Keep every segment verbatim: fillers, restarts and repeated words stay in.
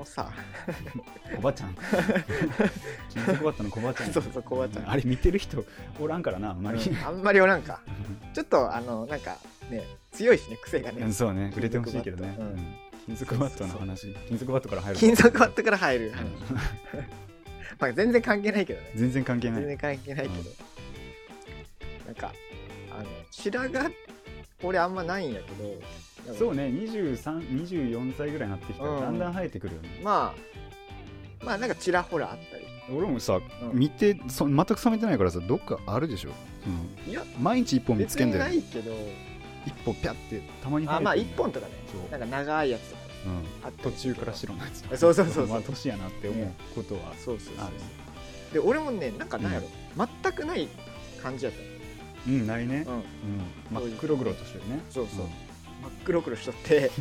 さコバちゃん金属バットのコバちゃんそうそうコバちゃんあれ見てる人おらんからなあんまり、 うん、あんまりおらんかちょっとあのなんかね強いしね癖がね、 うん、そうね売れてほしいけどね、 うん、 金属バットの話そうそうそう金属バットから入る金属バットから入る話、うん、まあ全然関係ないけどね全然関係ない全然関係ないけど、うん、なんかあの白髪俺あんまないんやけどそうねにじゅうさん、にじゅうよんさいぐらいになってきたら、うん、だんだん生えてくるよねまあまあなんかちらほらあったり俺もさ、うん、見てそ全く染めてないからさどっかあるでしょ、うん、いや毎日一本見つけんだよ別にないけど一本ピャってたまに生えてる、ね、 あまあ一本とかねなんか長いやつとか、ねうん、あ途中から白のやつとかそうそうそうそうまあ年やなって思うことはある、ね、 そうそうそうで俺もねなんかなんやろ、うん、全くない感じやったうんないね、うんうん、真っ黒黒としてるねそうそう、うん真っ黒黒しとって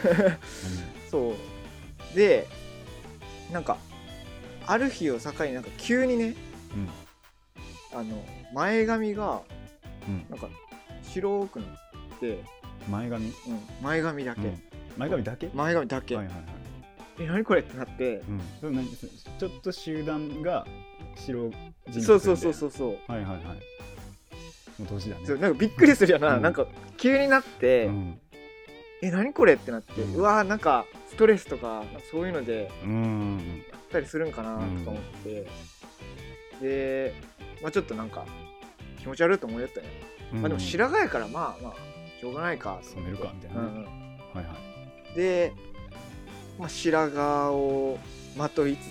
そうでなんかある日を境になんか急にね、うん、あの前髪がなんか白くなって、 うん、前髪、 うん、前髪だけ、うん、 前髪だけ前髪だけ、はいはいはい、え何これってなって、 うん、ちょっと集団が白人そうそうそうそうそうはいはいはいもう年だねそうなんかびっくりするよな、うん、なんか急になって、うんえ何これってなって、うん、うわーなんかストレスとかそういうのでやったりするんかなとか思って、うん、で、まあ、ちょっとなんか気持ち悪いと思いよったね、うんまあ、でも白髪やからまあまあしょうがないか染めるかみたいな、ねうんうん、はいはいで、まあ、白髪をまといつつ、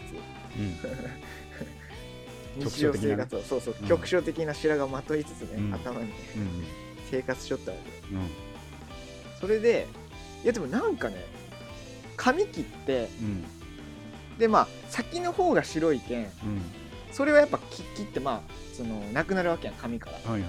うん、日常生活をそうそう、うん、局所的な白髪をまといつつね、うん、頭に、ねうん、生活しよったわけ、うんそれでいやでもなんかね髪切って、うん、でまあ先の方が白いけん、うん、それはやっぱ切ってまあそのなくなるわけやん髪から、はいはいはい、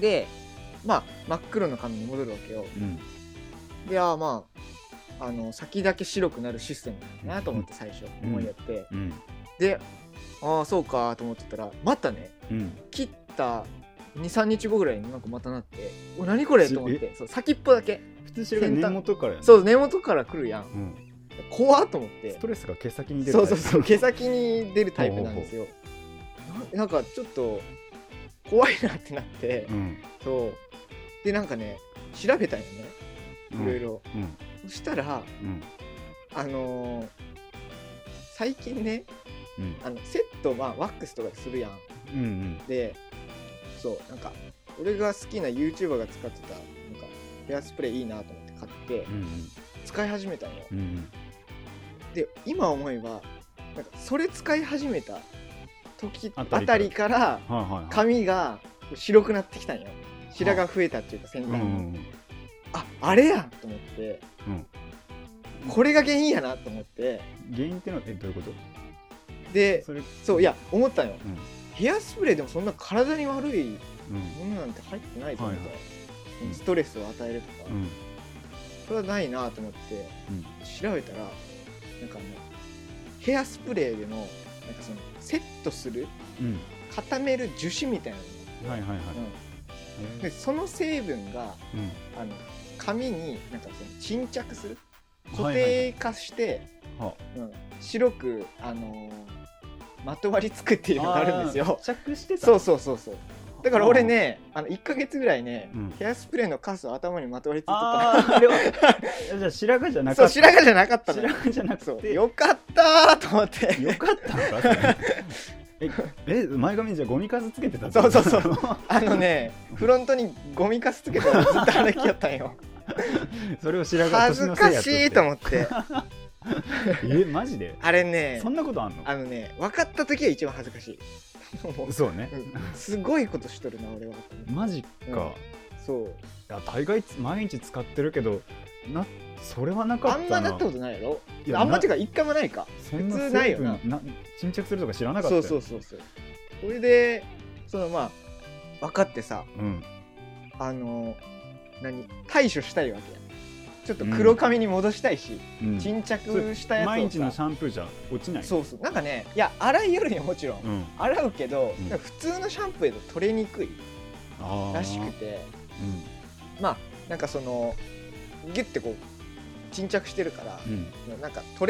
でまあ真っ黒の髪に戻るわけよ、うん、であまああの先だけ白くなるシステムだなと思って最初思いやって、うんうん、でああそうかと思ってたらまたね、うん、切ったにさんにちごぐらいになんかまたなってお何これと思ってそう先っぽだけ普通白髪根元からやねそう根元から来るやん、うん、怖っと思ってストレスが毛先に出るタイプそうそうそう毛先に出るタイプなんですよな, なんかちょっと怖いなってなって、うん、そうでなんかね調べたんよねいろいろ、うん、そしたら、うん、あのー、最近ね、うん、あのセット、まあ、ワックスとかするやん、うんうん、でそうなんか俺が好きな YouTuber が使ってたなんかヘアスプレーいいなと思って買って、うんうん、使い始めたのよ、うんうん、で今思えばなんかそれ使い始めた時あたりから髪が白くなってきたんよ白髪増えたっていうか先端に、うんうん、ああれやんと思って、うん、これが原因やなと思って原因ってのはえどういうことでそれそういや思ったよ、うんヘアスプレーでもそんな体に悪いものなんて入ってないぞみたいな、うん、ストレスを与えるとか、うん、それはないなと思って、うん、調べたらなんかねヘアスプレーでもなんかそのセットする、うん、固める樹脂みたいなのが、はいはいはいうん、でその成分が、うん、あの髪になんかその沈着する固定化して、はいはいうん、白くあのーまとわりつくっていうのがあるんですよ。 着してたそうそうそうそう。だから俺ね、あのいっかげつぐらいね、うん、ヘアスプレーのカスを頭にまとわりついてた。 ああれはじゃあ白髪じゃなかった。 そう白髪じゃなかったの。 白髪じゃなくて。 よかったーと思って。 よかったのかそれ。ええ前髪にじゃあゴミカスつけてた。 そうそうそう。あのねフロントにゴミカスつけてずっと歩きやったんよ。 それを白髪年のせいやとして。恥ずかしいと思って。 えマジであれねそんなことあんのあのね分かった時は一番恥ずかしいそうね、 うん、すごいことしとるな俺はマジか、うん、 そういや大概毎日使ってるけどなそれはなかったなあんまなったことないやろいやあんまっていうか一回もないかそんな普通ないよなな沈着するとか知らなかったよそうそうそうそうそれでそのまあ分かってさ、うん、あの何対処したいわけやちょっと黒髪に戻したいし、うん、沈着したやつを毎日のシャンプーじゃ落ちないそうそうなんかねいや洗いよるにはもちろん、うん、洗うけど、うん、普通のシャンプーだと取れにくいらしくて、うん、まあなんかそのギュッてこう沈着してるから、うん、なんか取れない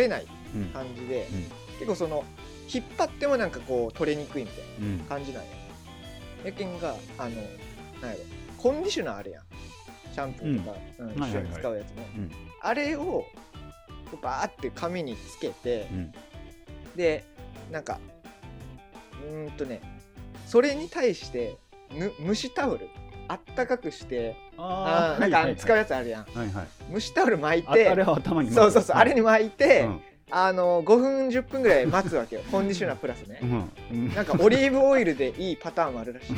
感じで、うん、結構その引っ張ってもなんかこう取れにくいみたいな感じなんや、うん、やけんがあのなんやろコンディショナーあるやんシャンプーとか、うんうん、一緒に使うやつね、うん、あれをバーって髪につけて、うん、でなんかうーんとねそれに対してぬ蒸しタオルあったかくしてああなんか使うやつあるやん、はいはい、蒸しタオル巻いてあ, あれは頭に巻くそうそうそう、はい、あれに巻いて、うん、あのごふんじゅっぷんぐらい待つわけよコンディショナープラスね、うんうん、なんかオリーブオイルでいいパターンもあるらしい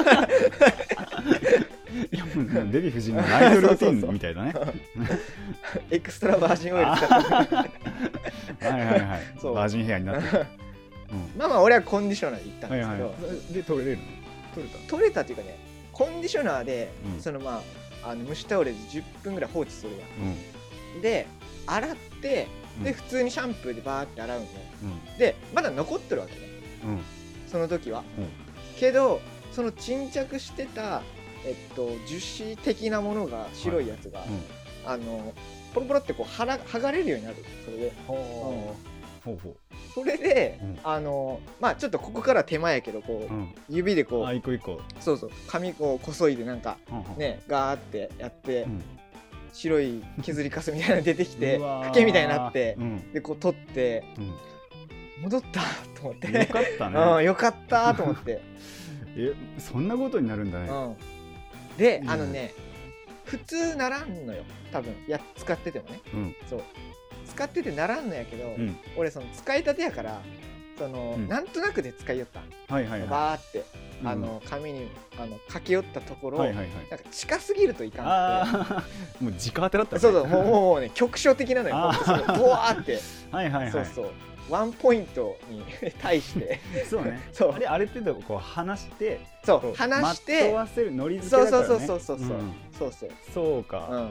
いやもうデヴィ夫人のナイトルーティンみたいだねエクストラバージンオイル使ってはいはいはいそうバージンヘアになってる、 うん、まあまあ俺はコンディショナーで行ったんですけど、 はいはい、で取れるの取れた取れたっていうかねコンディショナーで、うん、そのまああの蒸しタオルでじゅっぷんぐらい放置するやん、うん、で洗ってで普通にシャンプーでバーって洗うの、うん、でまだ残ってるわけね、うん、その時は、うん、けどその沈着してたえっと樹脂的なものが白いやつが、はいうん、あのポロポロってこうはら剥がれるようになるそれで、うん、ほうほうそれで、うん、あのまあちょっとここから手前やけどこう、うん、指でこうあ一個一個そうそう髪をこそいでなんか、うん、ねガーってやって、うん、白い削りかすみたいなの出てきてハケみたいになって、うん、でこう取って、うん、戻ったと思ってよかったね、 うん、よかったと思ってえそんなことになるんだね、うん、 であのね、うん、普通ならんのよ多分や使っててもね、うん、そう使っててならんのやけど、うん、俺その使いたてやからその、うん、なんとなくで使いよった、はいはいはい、バーってあの髪にあのかけよったところ、はいはいはい、なんか近すぎるといかんってもう直当てだったねそうそうもうもうね局所的なのよボワーってはいはいはいそうそうワンポイントに対してそうねそうあれあれってこう離してそう離してまとわせるノリ付けだからねそうそうそうそうそう、うん、そうそうそうか、うん、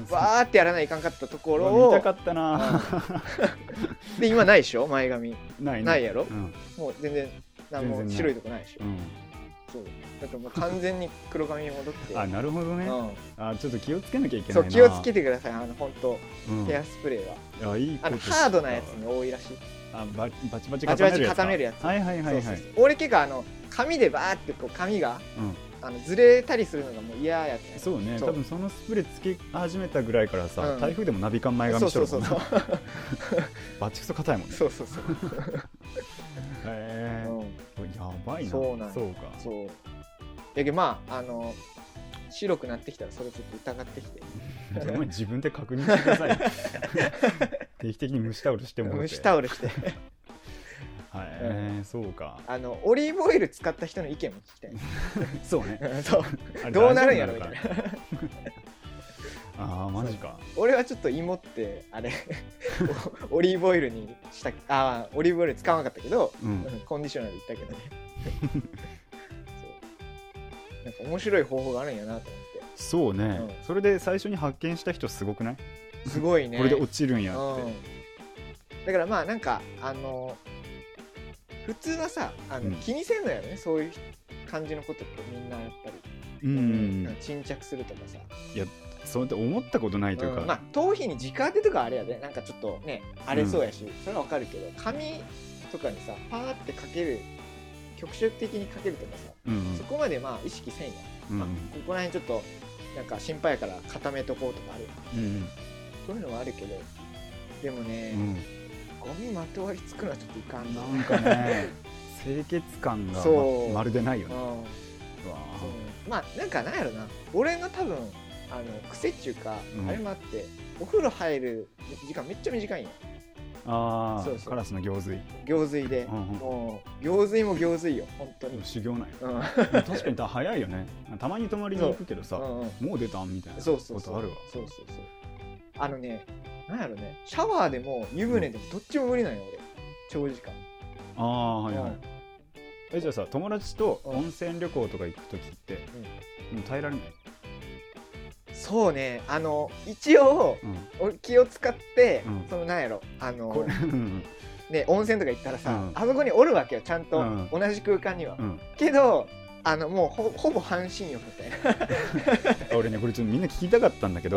バーってやらないかんかったところを見たかったな、 うん、で今ないでしょ前髪ない、ね、 ないやろ、 うん、 もう全然何も白いとこないでしょ、うん、そうだからもう完全に黒髪に戻ってあなるほどね、うん、あちょっと気をつけなきゃいけないなそう気をつけてくださいあの本当、うん、ヘアスプレーはあいいあのハードなやつに多いらしいあババチバチ固めるやつ固めるやつはいはいはいはいそうそうそう俺結構あの髪でバーってこう髪が、うん、あのずれたりするのがもう嫌やった、ね、 そうねそう多分そのスプレーつけ始めたぐらいからさ、うん、台風でもナビカン前髪しとるもんなバチクソ硬いもんねそうそうそうへえ、うん、やばいなそうなんそうかそうやけどまああの白くなってきたらそれちょっと疑ってきてお前自分で確認してください定期的に蒸しタオルしてもらって蒸しタオルしてはい、えー、そうかあのオリーブオイル使った人の意見も聞きたいそうねそうどうなるんやろみたいなあーマジか俺はちょっと芋ってあれオリーブオイルにしたあオリーブオイル使わなかったけど、うん、コンディショナーで言ったけどねそうなんか面白い方法があるんやなと思ってそうね、うん、それで最初に発見した人すごくないすごいねこれで落ちるんやって、うん、 だからまあなんかあの普通はさあの、うん、気にせんのよねそういう感じのことってみんなやっぱり、うんうん、沈着するとかさいやそうやって思ったことないというか、 うん、まあ頭皮に直当てとかあれやでなんかちょっとね荒れそうやし、うん、それはわかるけど髪とかにさパーってかける局所的にかけるとかさ、うんうん、そこまでまあ意識せんや、うんうんまあ、ここら辺ちょっとなんか心配やから固めとこうとかある、うんうん、そういうのはあるけどでもね、うん、ゴミまとわりつくのはちょっといかんななんかね清潔感が ま, まるでないよね、うん、うわまあなんかなんやろな俺の多分あの癖っていうか、うん、あれもあってお風呂入る時間めっちゃ短いんよああ、そうそうカラスの行水行水で、うんうん、もう行水も行水よ本当に修行ない、うん、確かに早いよねたまに泊まりに行くけどさ、うんうん、もう出たんみたいなことあるわそうそうそうそうそうあのねなんやろねシャワーでも湯船でもどっちも無理なんよ、うん、俺長時間ああはいはい、うん、えじゃあさ友達と温泉旅行とか行くときって、うん、もう耐えられないそうねあの一応、うん、気を使って、うん、そのなんやろあのね温泉とか行ったらさ、うん、あそこにおるわけよちゃんと、うん、同じ空間には、うん、けどあのもう ほ, ほぼ半身浴みたいな俺ねこれちょっとみんな聞きたかったんだけど、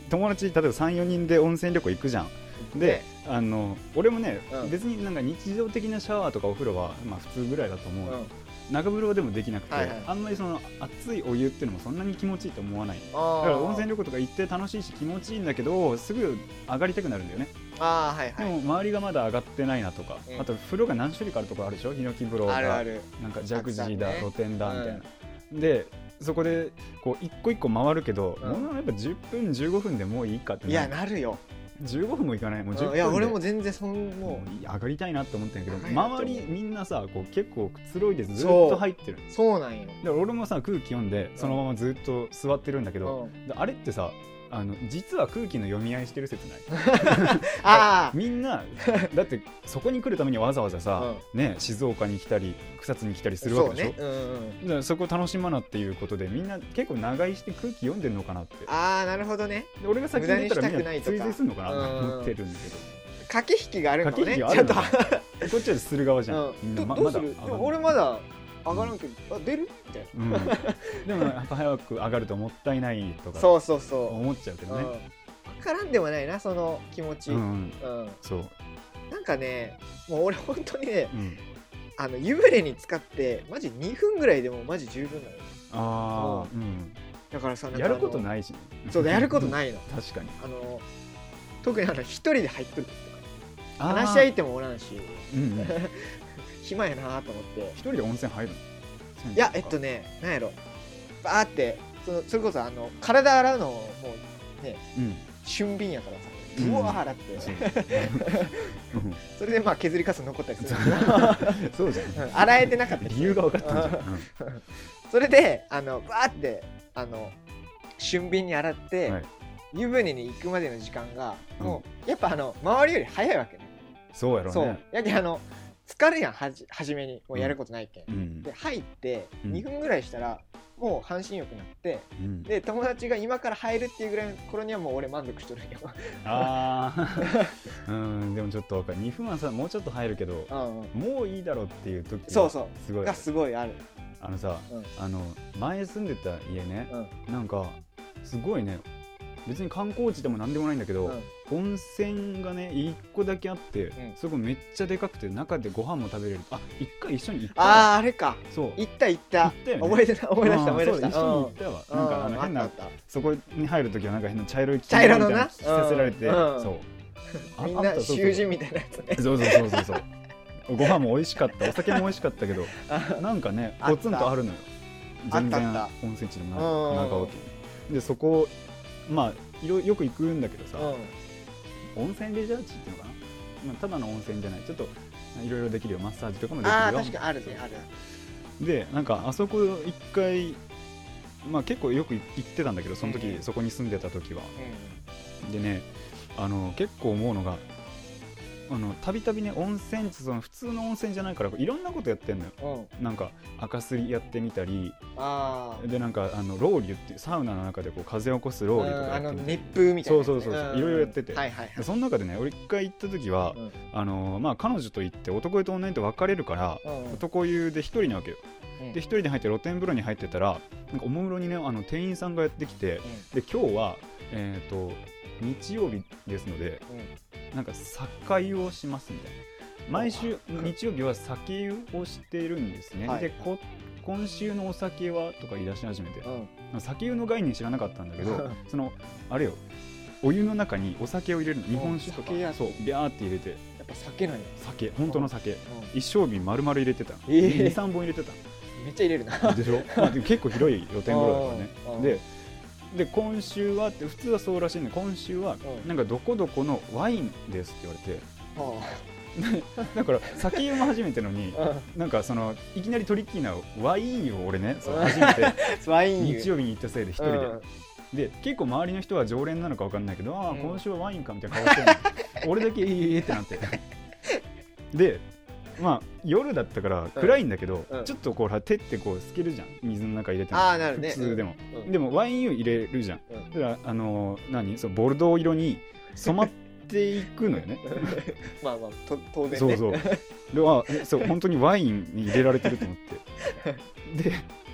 友達例えば さんよにんで温泉旅行行くじゃん。で、あの俺もね、うん、別になんか日常的なシャワーとかお風呂はまあ普通ぐらいだと思う、うん、長風呂でもできなくて、はいはい、あんまりその熱いお湯っていうのもそんなに気持ちいいと思わない。だから温泉旅行とか行って楽しいし気持ちいいんだけどすぐ上がりたくなるんだよね。 あ、はいはい、 でも周りがまだ上がってないなとか、うん、あと風呂が何種類かあるところあるでしょ。ヒノキ風呂があるある、なんかジャグジーだ、ね、露天だみたいな、うん、でそこでこう一個一個回るけど、うん、もうやっぱじゅっぷんじゅうごふんでもういいかってなる。 いやなるよ。 じゅうごふんもいかない。もうじゅっぷんで、 いや俺も全然そんもう上がりたいなって思ってんけど、周りみんなさこう結構くつろいでずっと入ってる。 そうなんよ。 だから俺もさ空気読んでそのままずっと座ってるんだけど、うん、あれってさあの実は空気の読み合いしてる説ないあみんなだってそこに来るためにわざわざさ、うん、ね、静岡に来たり草津に来たりするわけでしょ。 そうね、うんうん、だからそこを楽しまなっていうことでみんな結構長居して空気読んでるのかなって。 ああなるほどね。 で俺が先に出たらみんな追随するのかなと思ってるんだけど、 駆け引きがあるのね。 駆け引きがあるのこっちはする側じゃん、うん、みんな、ま、 どうする？まだ俺まだ上がらんけど、うん、あ出るみたいな、うん、 でもやっぱ早く上がるともったいないとかそうそうそう思っちゃうけどね、うん、 分からんでもないなその気持ち、うんうん、そうなんかねもう俺本当にね、うん、あの湯船に浸かってマジにふんぐらいでもマジ十分なのよ。 ああ、うん、 だからさなんかやることないしね。 そうやることないの確かに。 あの特にあの一人で入っとるとか話し相手もおらんし、うんうん、暇やなと思って一人で温泉入るの？ いやえっとねなんやろバーってそのそれこそあの体洗うのもうね、うん、俊敏やからさブワー洗って、うん、それでまあ削りかす残ったりするそうじゃん洗えてなかった理由が分かったんじゃん、うん、 それであのバーってあの俊敏に洗って、はい、湯船に行くまでの時間がもう、うん、やっぱあの周りより早いわけね。 そうやろね。 そうやけあの疲れやんはじ初めにもうやることないけん、うん、で入ってにふんぐらいしたら、うん、もう半身浴になって、うん、で友達が今から入るっていうぐらいの頃にはもう俺満足しとるんよああうんでもちょっと分かる。にふんはさもうちょっと入るけど、うんうん、もういいだろうっていう時そうそうすごいがすごいある。 あのさ、うん、あの前住んでた家ね、うん、なんかすごいね別に観光地でもなんでもないんだけど、うん、温泉がねいっこだけあって、うん、そこめっちゃでかくて中でご飯も食べれる。あ一回一緒に行った。 あああれか。 そう行った行った。 行ったよね、 覚えてた思い出した思い出した。 一緒に行ったわ。なんかあの変なそこに入るときはなんか変な茶色い茶色のな着させられて、うん、そうみんな囚人みたいなやつね。 そうそうそうそうそうご飯も美味しかったお酒も美味しかったけどなんかねポツンとあるのよ。全然温泉地でもない長尾でそこまあよく行くんだけどさ、うん、温泉レジャー地っていうのかな、まあ、ただの温泉じゃないちょっといろいろできるよマッサージとかもできるよ。 あ確かにあるねある。 でなんかあそこ一回まあ結構よく行ってたんだけどその時、うん、そこに住んでた時は、うん、でねあの結構思うのがあのたびたびね温泉地その普通の温泉じゃないからいろんなことやってんのよ、うん、なんか赤すりやってみたりあでなんかあのロウリュっていうサウナの中でこう風を起こすロウリュとかやってみて、 あの熱風みたいな、ね、 そうそうそうそういろいろやってて、はいはいはい、その中でね俺一回行った時は、うん、あのまあ彼女と行って男湯と女湯と別れるから、うんうん、男湯で一人なわけよ、うん、で一人で入って露天風呂に入ってたらなんかおもむろにねあの店員さんがやってきて、うん、で今日はえっ、ー、と日曜日ですので、うん、なんか酒湯をしますみたいな毎週日曜日は酒湯をしているんですね、はい、でこ今週のお酒はとか言い出し始めて、うん、酒湯の概念知らなかったんだけどそのあれよお湯の中にお酒を入れるの日本酒とかそうビャーって入れてやっぱ酒なんや酒本当の酒、うん、一升瓶丸々入れてた、えー、にさんぼん入れてためっちゃ入れるなでしょ、まあ、結構広い露天風呂だからねでで今週はって普通はそうらしいんで今週はなんかどこどこのワインですって言われて、はあ、だから酒湯も初めてのになんかそのいきなりトリッキーなワインを俺ねそう初めて日曜日に行ったせいで一人で、うん、で結構周りの人は常連なのか分かんないけど、うん、ああ今週はワインかみたいな顔してるの俺だけいいってなってでまあ夜だったから暗いんだけど、うん、ちょっとこう手ってこう透けるじゃん水の中入れてもあなる、ね、 普通でも、 うん、 でもワイン湯入れるじゃん、うん、だからあのー、何そうボルドー色に染まっていくのよねまあまあと当然ねそうそうではそう本当にワインに入れられてると思ってで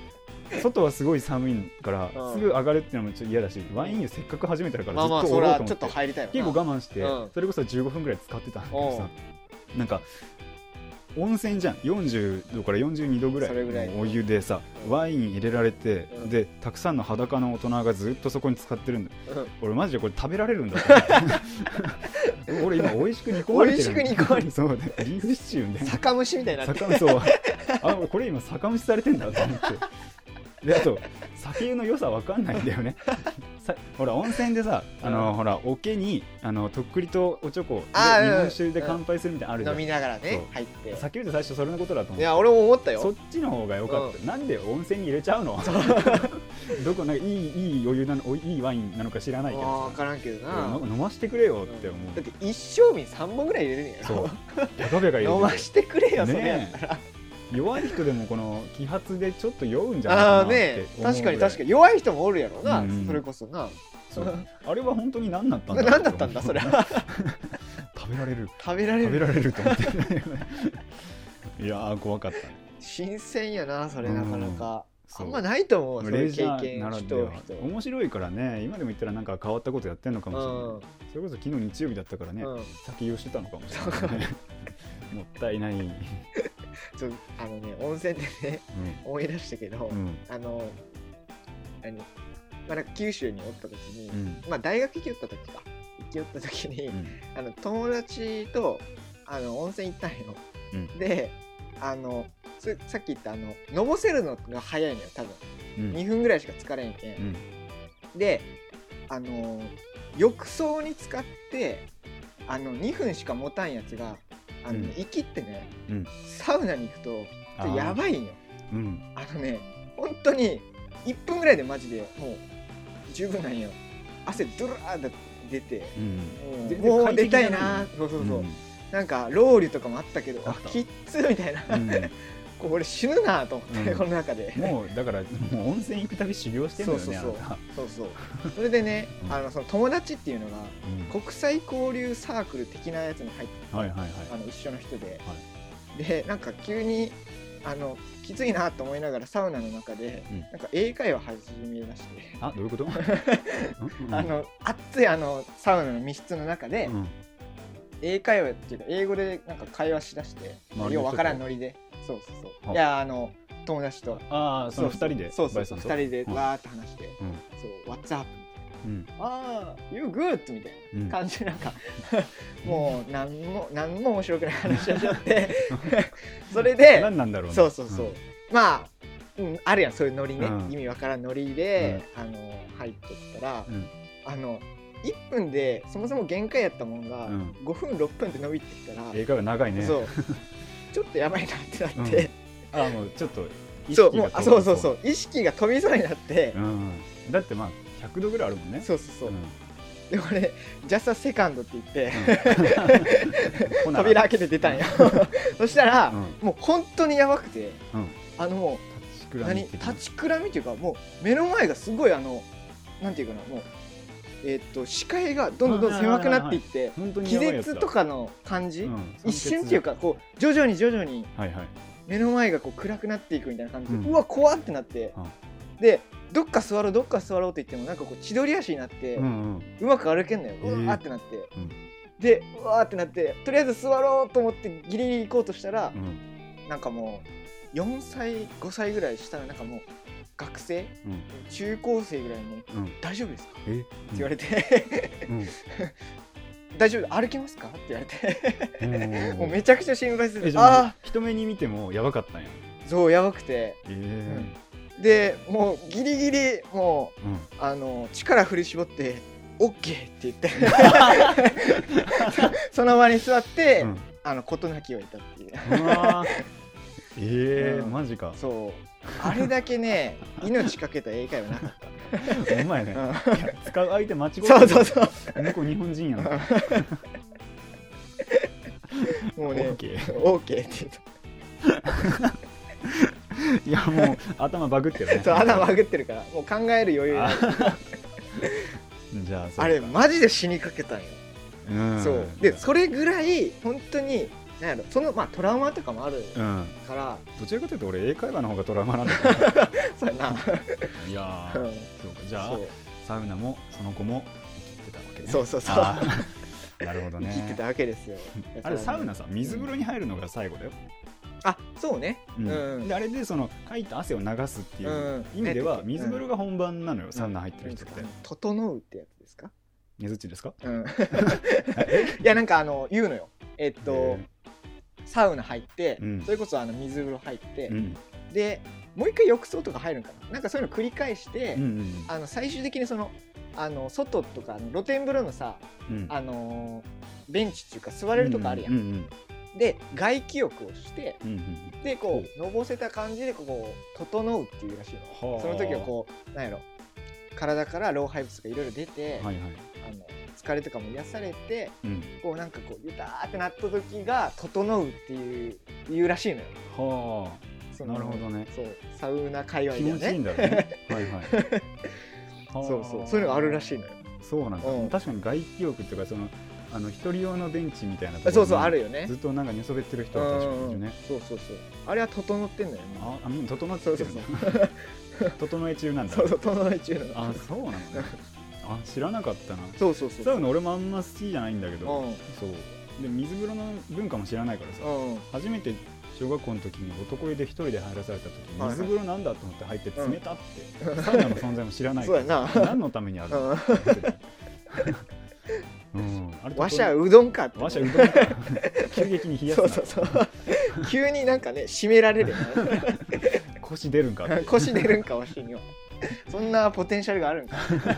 外はすごい寒いから、うん、すぐ上がるっていうのもちょっと嫌だし、ワイン湯せっかく始めたからずっとおろうと思って、まあまあそれはちょっと入りたいよな。結構我慢して、うん、それこそじゅうごふんぐらい使ってたんだけどさ、なんか温泉じゃん、よんじゅうどからよんじゅうにどぐらいのお湯でさ、ワイン入れられて、うん、でたくさんの裸の大人がずっとそこに使ってるんだよ、うん、俺マジでこれ食べられるんだと思って俺今美味しく煮込まれてる、美味しく煮込まれてるそうでビーフシチューみたいな酒蒸しみたいになってるそうあこれ今酒蒸しされてんだと思ってであと酒湯の良さ分かんないんだよねほら温泉でさ、あの、うん、ほら桶にあのとっくりとおちょこで日本酒で乾杯するみたいなのあるじゃん、 うん、飲みながらね入って酒湯って最初それのことだと思って、 いや俺も思ったよ、 そっちの方が良かった、うん、なんで温泉に入れちゃうのどこなんかいいいいお湯なのいいワインなのか知らないけどさ分からんけどな飲ましてくれよって思う、 うん、だって一升瓶さんぼんぐらい入れるんやろ、 そうベカベカ入れる飲ましてくれよ、ね、それやったら弱い人でもこの揮発でちょっと酔うんじゃないかなって思うぐらい。あ、ね、確かに確かに弱い人もおるやろな、うん、それこそな。 そうあれは本当に何だったんだ何だったんだそれは食べられる食べられる食べられると思っていやー怖かったね。 新鮮やなそれなかなか、うん、あんまないと思う、そういう経験ならでは面白いからね。今でも言ったらなんか変わったことやってんのかもしれない、うん、それこそ昨日日曜日だったからね、うん、先用してたのかもしれない、ね、もったいないちょあのね温泉でね、うん、思い出したけど、うん、あの何、まあ、なんか九州におった時に、うん、まあ大学行きよった時か行きよった時に、うん、あの友達とあの温泉行ったんよ、うん、であのさっき言ったあののぼせるのが早いのよ多分、うん、にふんぐらいしか疲れんけん、うん、であの浴槽に使ってあのにふんしか持たんやつがあの、ね、うん、息ってね、うん、サウナに行くとやばいんよ、うん、あのね本当にいっぷんぐらいでマジでもう十分なんよ。汗ドラーッ出て、うん、もう出たいな、そうそうそう、うん、なんかロウリュとかもあったけどあきっつみたいな、うん、これ俺死ぬなと思って、うん、この中でもうだからもう温泉行くたび修行してるんだよね。 そうそうそうそうそうそれでね、うん、あのその友達っていうのが、うん、国際交流サークル的なやつに入って、はいはいはい、あの一緒の人で、はい、でなんか急にあのきついなと思いながらサウナの中で、うん、なんか英会話始めまして、 あどういうことあの熱いあのサウナの密室の中で、うん、英会話っていうか英語でなんか会話しだして、ようわからんノリで、そうそうそう、いやあの友達と、 ああそのふたりで、 そうそうそうふたりでわーって話して、うん、そう What's upうん、ああ You good みたいな感じで、なんか、うん、もう何も何も面白くない話をしちゃってそれで何なんだろうね、 そうそうそう、うん、まあ、うん、あるやんそういうノリね、うん、意味わからんノリで、うん、あの入っとったら、うん、あのいっぷんでそもそも限界やったもんが、うん、ごふんろっぷんで伸びてきたら英会話長いね、 そうちょっとやばいなってなって、 うん、ああもうちょっと意識が飛びそう、そうそうそう意識が飛びそうになって、 うん、だってまあひゃくどぐらいあるもんね。 そうそうそう、うん、で俺ジャストセカンドって言って、うん、扉開けて出たんよそしたら、うん、もう本当にやばくて、うん、あのもう何立ちくらみっていうかもう目の前がすごいあのなんていうかなもうえー、っと視界がどんどんどん狭くなっていって、気絶とかの感じ、うん、一瞬っていうかこう徐々に徐々に目の前がこう暗くなっていくみたいな感じで、うん、うわ怖ってなって、うん、でどっか座ろうどっか座ろうって言ってもなんかこう千鳥足になって、うんうん、うまく歩けんのよ、うわーってなって、えーうん、でうわーってなってとりあえず座ろうと思ってギリギリ行こうとしたら、うん、なんかもうよんさいごさいぐらいしたらなんかもう学生、うん、中高生ぐらいに、うん、大丈夫ですか、えって言われて、うん、大丈夫歩きますかって言われてもうめちゃくちゃ心配する。 あ人目に見てもやばかったんや。 そうやばくて、えーうんでもうギリギリもう、うん、あの力振り絞ってオッケーって言ってその場に座って、うん、あの事なきを得たっていう。うわえーうん、マジか。 そうあれだけね命かけた英会話なかった。 お前ね、うん、使う相手間違えてる。 そうそうそう。 向こう日本人やん。 もうねオッケーオッケーって言った。 いやもう頭バグってるね。 そう頭バグってるからもう考える余裕ないじゃああれマジで死にかけたんよ。うんそうでそれぐらい本当になんやろそのまあトラウマとかもあるから、 うん、どちらかというと俺英会話の方がトラウマなんだけどそうやな。 いやー、うん、そうかじゃあサウナもその子も生きてたわけね。 そうそうそうなるほどね。 生きてたわけですよ。 あれサウナさ水風呂に入るのが最後だよ、 うん、あそうね、 うんうん、であれでそのかいた汗を流すっていう意味では水風呂が本番なのよ、うん、サウナ入ってる人って、うん、 整うってやつですか。 ねずっちですか、 うん、いやなんかあの言うのよえっとサウナ入って、うん、それこそあの水風呂入って、うん、でもう一回浴槽とか入るんかな、なんかそういうの繰り返して、うんうん、あの最終的にそのあの外とか露天風呂のさ、うん、あのベンチっていうか座れるとこあるやん、うんうんうん、で外気浴をして、うんうん、でこうのぼせた感じでこう整うっていうらしいの。その時はこうなんやろ体から老廃物がいろいろ出て、はいはい、あの疲れとかも癒されて、うん、こうなんかこうゆたーってなった時が整うっていういうらしいのよ。 はあ、なるほどね。 そうサウナ界隈だよね。 気持ちいいんだね。はいはい。 そうそうそういうのがあるらしいのよ。 そうなんだ。うん、確かに外気浴っていうかそのあの一人用のベンチみたいなところそうそうあるよね。 ずっとなんか寝そべってる人は確かにいるね。 そうそうそう。あれは整ってんのよね。 ああもう整ってる。そうそうそう整え中なんだ。 そうそう整え中なの。 あそうなのね。あ知らなかったな。 そうそうそう。 サウナ俺もあんま好きじゃないんだけど、うん、そうで水風呂の文化も知らないからさ、うん、初めて小学校の時に男湯で一人で入らされた時に、はいはい、水風呂なんだと思って入って冷たって、うん、サウナの存在も知らないから、そうやな何のためにあるの、うん、あれわしゃうどんかって、 ね、わしゃうどんか急激に冷やすなそうそうそう急になんかね締められるよね腰出るんか腰出るんかわしにはそんなポテンシャルがあるんか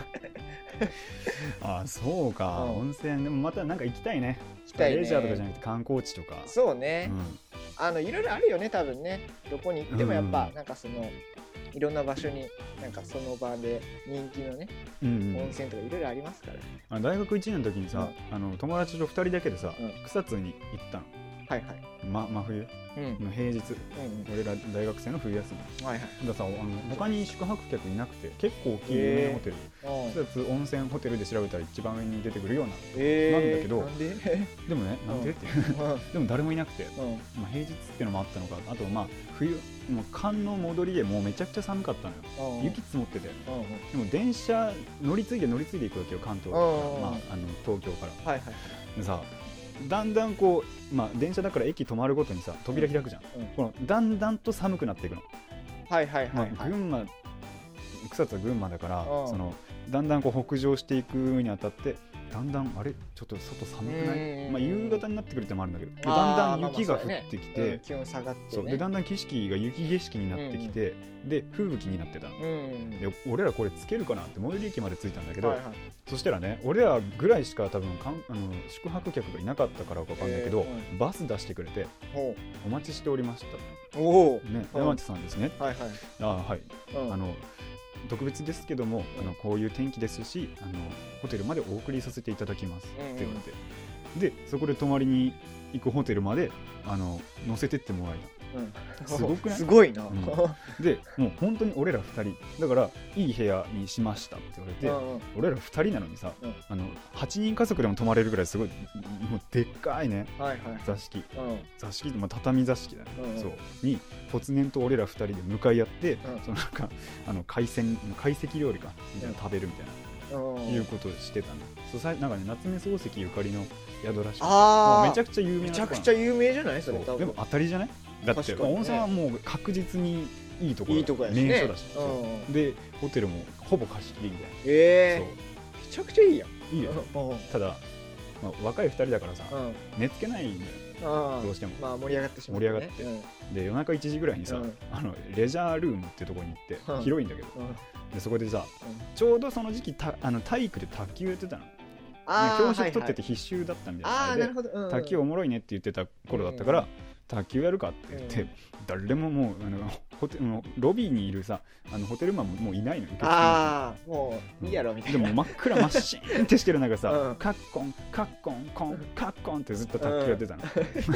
あそうか、うん、温泉でもまたなんか行きたいね。行きたいね。レジャーとかじゃなくて観光地とか。 そうね、うん、あのいろいろあるよね多分ね。どこに行ってもやっぱ、うん、なんかそのいろんな場所になんかその場で人気のね、うんうん、温泉とかいろいろありますから、ね、 あ大学いちねんの時にさ、うん、あの友達とふたりだけでさ、うん、草津に行ったの。はいはい、ま、真冬の平日、うん、俺ら大学生の冬休み、はいはい、ださあの他に宿泊客いなくて結構大きい有名なホテル、草津温泉ホテルで調べたら一番上に出てくるような、なんだけどなんででもねなんでってでも誰もいなくて、まあ、平日っていうのもあったのか、あとまあ冬もう寒の戻りでもうめちゃくちゃ寒かったのよ。雪積もってて、でも電車乗り継いで乗り継いでいくわけよ関東から、まあ、あの東京から、はいはい、でさだんだんこう、まあ、電車だから駅止まるごとにさ扉開くじゃん、うん、このだんだんと寒くなっていくの。はいはいはい、はい、まあ、群馬草津は群馬だから、そのだんだんこう北上していくにあたってだんだんあれちょっと外寒くない、まあ、夕方になってくるってもあるんだけど、だんだん雪が降ってきて、まあまあね、うん、気温下がって、ね、そうでだんだん景色が雪景色になってきて、うん、で風吹きになってたの、うん、で俺らこれつけるかなって最寄り駅まで着いたんだけど、はいはい、そしたらね俺らぐらいしか多分かんあの宿泊客がいなかったからか分かんないけど、えー、バス出してくれてお待ちしておりましたお、ね、山内さんですね、はいはい、あはい、うん、あの特別ですけども、うん、あのこういう天気ですしあのホテルまでお送りさせていただきますって言われて、うんうん、でそこで泊まりに行くホテルまであの乗せてってもらえた、うん、すごくない？ すごいな、うん、 でもう本当に俺らふたりだからいい部屋にしましたって言われて、うんうん、俺らふたりなのにさ、うん、あのはちにん家族でも泊まれるぐらいすごいもうでっかいね、はいはい、座敷、うん、座敷、まあ、畳座敷だね、うんうん、そうに突然と俺らふたりで向かい合って、うん、そのなんかあの海鮮懐石料理かみたいな食べるみたいな、うん、いうことをしてたの。そうさなんかね夏目漱石ゆかりの宿らしくて、あめちゃくちゃ有名な、めちゃくちゃ有名じゃないそれ多分。でも当たりじゃない？だって、ね、温泉はもう確実にいいところ、いいとこやしね、名所だし、うん、でホテルもほぼ貸し切りみたいな、えー、そうめちゃくちゃいいやん。いいよ、 うん、ただ、まあ、若いふたりだからさ、うん、寝つけないんだよ、どうしても、 まあ、盛り上がってしまう、 ね、盛り上がって、うん、で夜中いちじぐらいにさ、うん、あのレジャールームってとこに行って、うん、広いんだけど、うん、でそこでさ、うん、ちょうどその時期たあの体育で卓球やってたの。教職取ってて必修だったみたいな、はいはい、で、うんうん、卓球おもろいねって言ってた頃だったから、うん、卓球やるかって言って、うん、誰ももうあのホテのロビーにいるさあのホテルマンももういないの。 ああもういいやろみたいな、 でも真っ暗真っしーんってしてる中さ、うん、カッコンカッコンコンカッコンってずっと卓球やってたの、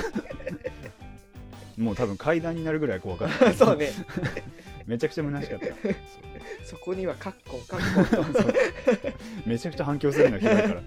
うん、もう多分階段になるぐらい怖かったそうねめちゃくちゃ虚しかったそこにはカッコンカッコンとめちゃくちゃ反響するのひどいから聞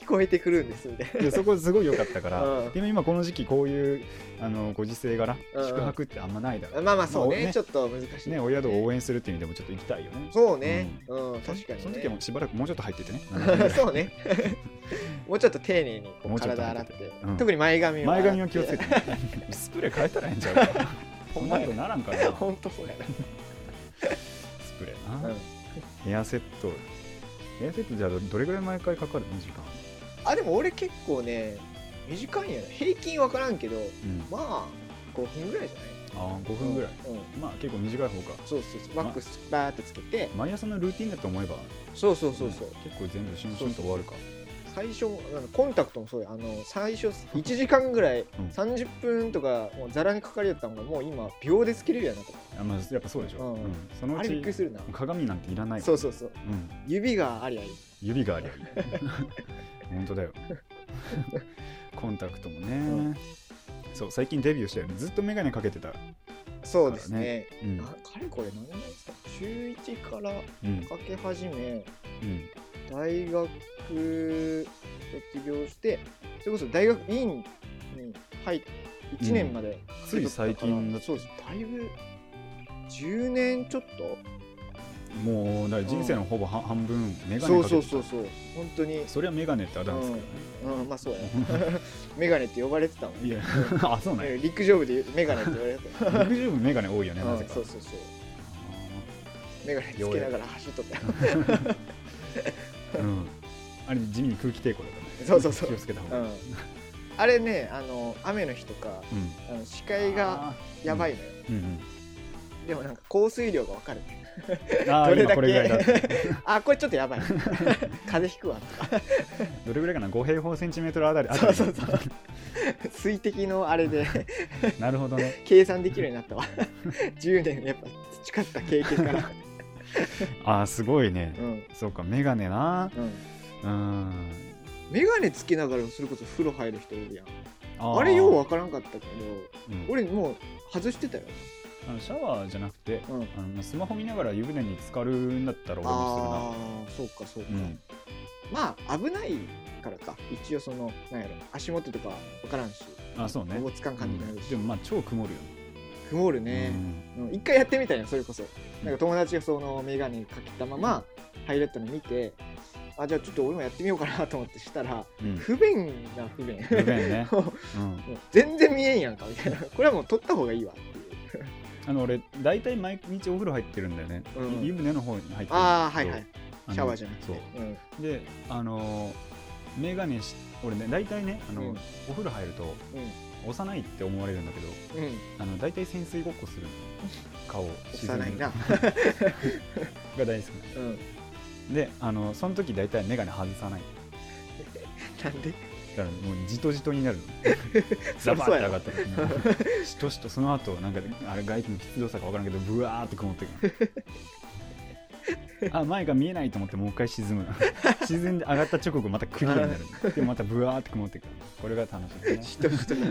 こえてくるんですみたいな。 でそこすごい良かったから、うん、でも今この時期こういうあのご時世柄、うん、宿泊ってあんまないだろう、 まあまあそう ね, ねちょっと難しいね。お宿を応援するっていう意味でもちょっと行きたいよね。 そうね、うん、うん、確かにね。 その時はもうしばらくもうちょっと入っててねそうねもうちょっと丁寧にこう体洗って、うん、特に前髪を前髪を気をつけてスプレー変えたらええんちゃうかそんなことならんかな。 ほんとそうやなスプレーな、うん、ヘアセットヘアセットじゃあどれぐらい毎回かかるの時間。 あでも俺結構ね短いんやな。平均分からんけど、うん、まあごふんぐらいじゃない。 ああごふんぐらい、うん、まあ結構短い方か。 そうそうそう、ワックスバーってつけて、 ま、毎朝のルーティンだと思えばそうそうそうそう、うん、 結構全部シュンシュンと終わるか。 最初コンタクトもそうや。あの最初いちじかんぐらい、うん、さんじゅっぷんとかもうザラにかかりやったのがもう今秒でつけれるやなとか。 あ、まあ、やっぱそうでしょ、うんうん、そのうちあれびっくりするな。 鏡なんていらないもん。 そうそうそう、うん、指がありゃいい。 指がありゃいい本当だよコンタクトもね、うん、そう最近デビューしたよね。ずっとメガネかけてた。 そうですね、うん、かれこれ何年ですか。ちゅういちからかけ始め、うんうん、大学卒業してそれこそ大学院に入っていちねんまで、 うん、つい最近だ。 そうです。だいぶじゅうねんちょっともうだから人生のほぼ半分メガネかけてた。 そうそうそうそう本当に。 それはメガネってあだ名ですからね。 うん、うん、まあそうやメガネって呼ばれてたもん。 いやあそうなんや。 陸上部でメガネって言われてた陸上部メガネ多いよねなぜか。 そうそうそうメガネつけながら走っとったようん、あれ地味に空気抵抗だったね。 そうそうそう気をつけた方がいい、うん、 あれねあの雨の日とか、うん、あの視界がやばいのよ、うんうんうん、でもなんか降水量が分かるあどれだけこれぐらいだあこれちょっとやばい風邪ひくわとかどれぐらいかなご平方センチメートルあたり。 そうそうそう水滴のあれでなるほどね計算できるようになったわじゅうねんやっぱ培った経験からあーすごいね、うん、そうかメガネな、うん、うんメガネつけながらそれこそ風呂入る人いるやん。 あ, あれようわからんかったけど、うん、俺もう外してたよ。 あのシャワーじゃなくて、うん、あのスマホ見ながら湯船に浸かるんだったら俺もするな。あそうかそうか、うん、まあ危ないからか一応そのなんやろ足元とかわからんし。 あそうねおぼつかん感じになるし、 うん、でもまあ超曇るよね。 曇るね、うん、一回やってみたいな。それこそなんか友達がそのメガネかけたまま入れたの見て、あじゃあちょっと俺もやってみようかなと思ってしたら、うん、不便な不便不便ね、うん、 全然見えんやんかみたいなこれはもう取った方がいいわっていうあの俺大体毎日お風呂入ってるんだよね、うん、湯船の方に入ってる。 ああはいはいシャワーじゃなくてそう、 うん、であのー、メガネし俺ね大体ねあの、うん、お風呂入ると、うん幼いって思われるんだけど、うん、あの大体潜水ごっこする顔を沈める幼いなが大好きな、うん、であのその時大体メガネ外さないなんでだからもうじとじとになるのザバーって上がった時しとしとその後なんかあれ外気の湿度差か分からんけどブワーって曇ってくるあ前が見えないと思ってもう一回沈む沈んで上がった直後またクリアになるでもまたブワーって曇ってくる。これが楽しいですね。 しとしと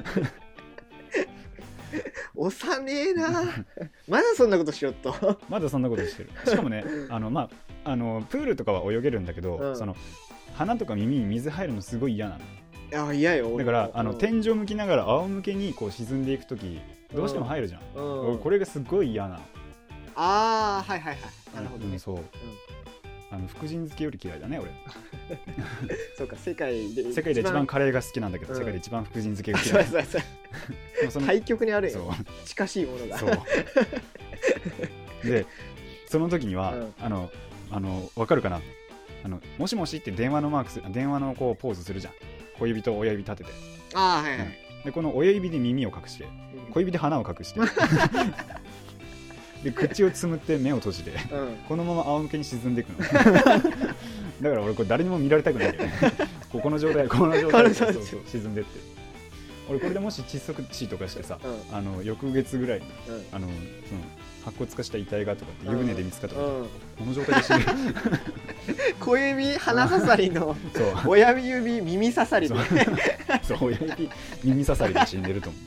幼ねえなまだそんなことしよっとまだそんなことしてる。しかもねあの、まあ、あのプールとかは泳げるんだけど、うん、その鼻とか耳に水入るのすごい嫌なの。あ嫌よ。 だからあの天井向きながら仰向けにこう沈んでいくときどうしても入るじゃん、うん、これがすごい嫌なの。 ああはいはいはいなるほどね、 うん、そう、うん、あの福神漬けより嫌いだね俺そうか世界で世界で一番カレーが好きなんだけど、うん、世界で一番福神漬けが嫌い。 そうそうそう対極にあるよ近しいものが。そうでその時には、うん、あのあの分かるかなあのもしもしって電話のマークする電話のこうポーズするじゃん。小指と親指立ててああはいはい、うん、 でこの親指で耳を隠して小指で鼻を隠してで口をつむって目を閉じて、うん、このまま仰向けに沈んでいくのだから俺これ誰にも見られたくないけどねここの状態この状態でそうそう沈んでって俺これでもし窒息死とかしてさ、うん、あの翌月ぐらいに、うん、あのその白骨化した遺体がとかって湯船で見つかったとか、うん、この状態で死ぬ小指鼻刺さりの親指耳刺さりでそう親指耳刺さりで死んでると思う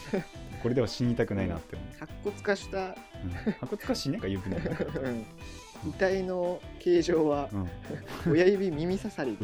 これでは死にたくないなって思う。 白骨化した、うん、 白骨化しねえか湯船で、うん、 遺体の形状は、うん、親指耳刺さりで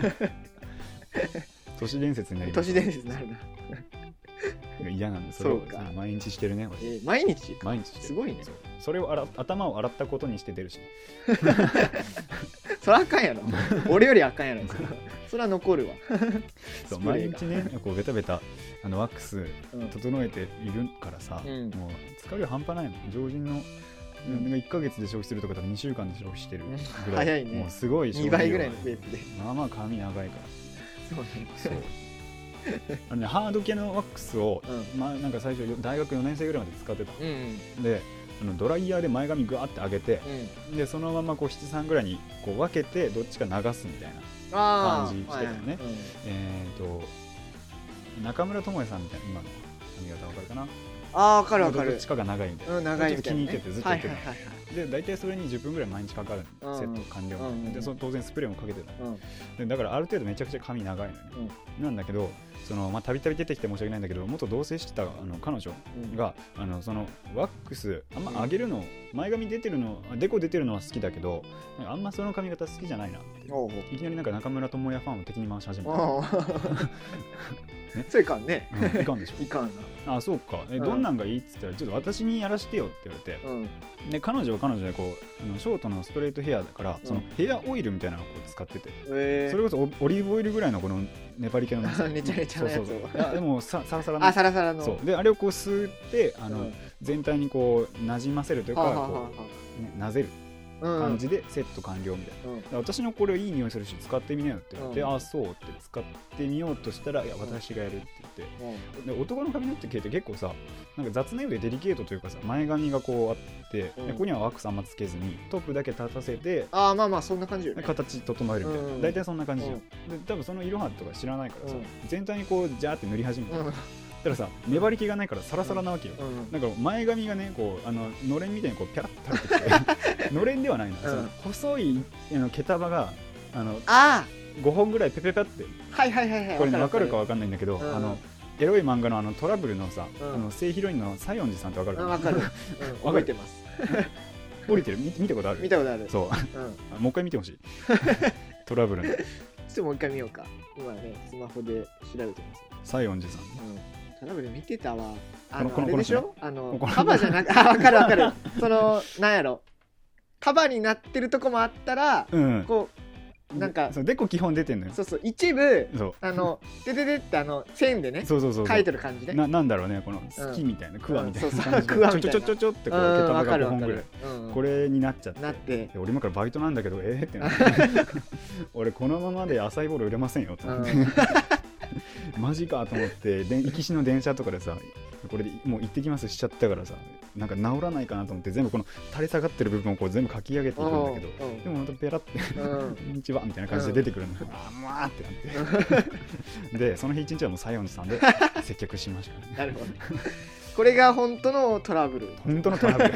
都市伝説になります。都市伝説になるな嫌なんです。それを毎日してるね、 えー、毎日毎日してる。 すごいね。 そ, それを洗頭を洗ったことにして出るしそれあかんやろ俺よりあかんやろそれは残るわそう毎日ねこうベタベタあのワックス整えているからさ、うん、もう疲れ半端ないの。常人のうん、いっかげつで消費するとか多分にしゅうかんで消費してるぐらい、 早いね。 もうすごいにばいぐらいのペースでまあまあ髪長いからそうねそうあのね、ハード系のワックスを、うんまあ、なんか最初大学よねん生ぐらいまで使ってた、うんうん、であのドライヤーで前髪グワーって上げて、うん、でそのままこう七三ぐらいにこう分けてどっちか流すみたいな感じしてたのね、はいうん、えーと中村智也さんみたいな今の髪型分かるかな。 あー分かる分かる。 どっちかが長いみたいな、うん、 長いみたいな、ね、 気に入っててずっと言ってた、はいはいはいはい、で大体それにじゅっぷんぐらい毎日かかる、うん、セット完了、うん、でその当然スプレーもかけてた、うん、でだからある程度めちゃくちゃ髪長いのよ、うん、なんだけどそのまあたびたび出てきて申し訳ないんだけど元同棲してたあの彼女が、うん、あのそのワックスあんま上げるの、うん、前髪出てるのデコ出てるのは好きだけどあんまその髪型好きじゃないなっていきなりなんか中村智也ファンを敵に回し始めたね、そういかんね、 うん、いかんでしょいかんなあそうかえ、うん、どんなんがいいっつったらちょっと私にやらしてよって言われて、うん、で彼女は彼女でこうあのショートのストレートヘアだから、うん、そのヘアオイルみたいなのをこう使ってて、えー、それこそオリーブオイルぐらいのこの粘り気のねちゃねちゃのやつをそうそうそうでもさサラサラのあサラサラのそうであれをこう吸ってあの、うん、全体にこうなじませるというか、こう、ね、なぜる感じでセット完了みたいな、うん、私のこれいい匂いするし使ってみなよって言って、うん、ああそうって使ってみようとしたらいや私がやるって言って、うん、で男の髪の毛って結構さなんか雑なようでデリケートというかさ前髪がこうあって、うん、でここにはワックスあんまつけずにトップだけ立たせてああまあまあそんな感じよね形整えるみたいな、うん、大体そんな感じじゃん、うん、で多分その色はとか知らないからさ、うん、全体にこうジャーって塗り始めた、うんだからさ粘り気がないからサラサラなわけよ、うん、なんか前髪がねこうあののれんみたいにこうピャラッと垂れてきてのれんではないな、うん、その細いあの毛束があのあごほんぐらいペペペってはいはいはいはいこれね分かるか分かんないんだけど、うん、あのエロい漫画のあのトラブルのさ、うん、あの正ヒロインの西園寺さんって分かるかな。分かる、うん、覚えてます降りてる 見, 見たことある見たことあるそう、うん、もう一回見てほしいトラブルのちょっともう一回見ようか今ねスマホで調べてます西園寺さん、 うんトラブル見てたわ。あのこのあれでしょあのカバーじゃなくあ分かる分かるそのなんやろカバーになってるとこもあったら、うん、こうなんかそうでこ基本出てんのよ。 そうそう一部あのでででってあの線でねそうそうそうそう書いてる感じね。 ななんだろうねこの好きみたいな、うん、クワみたいな感じで、うん、ちょちょちょちょってこう毛束がごほんぐらい、うん、これになっちゃって。 なって俺今からバイトなんだけどえーってなって俺このままで浅いボール売れませんよってなって。うんマジかと思ってで行きしの電車とかでさこれでもう行ってきますしちゃったからさなんか治らないかなと思って全部この垂れ下がってる部分をこう全部書き上げていくんだけどでもまたペラってこんにちはみたいな感じで出てくるの、うん、あーもわーってなってでその日一日はもう西園寺さんで接客しましたね。 なるほどこれが本当のトラブル本当のトラブルう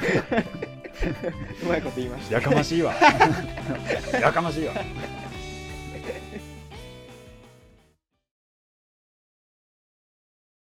まいこと言いました。 やかましいわやかましいわ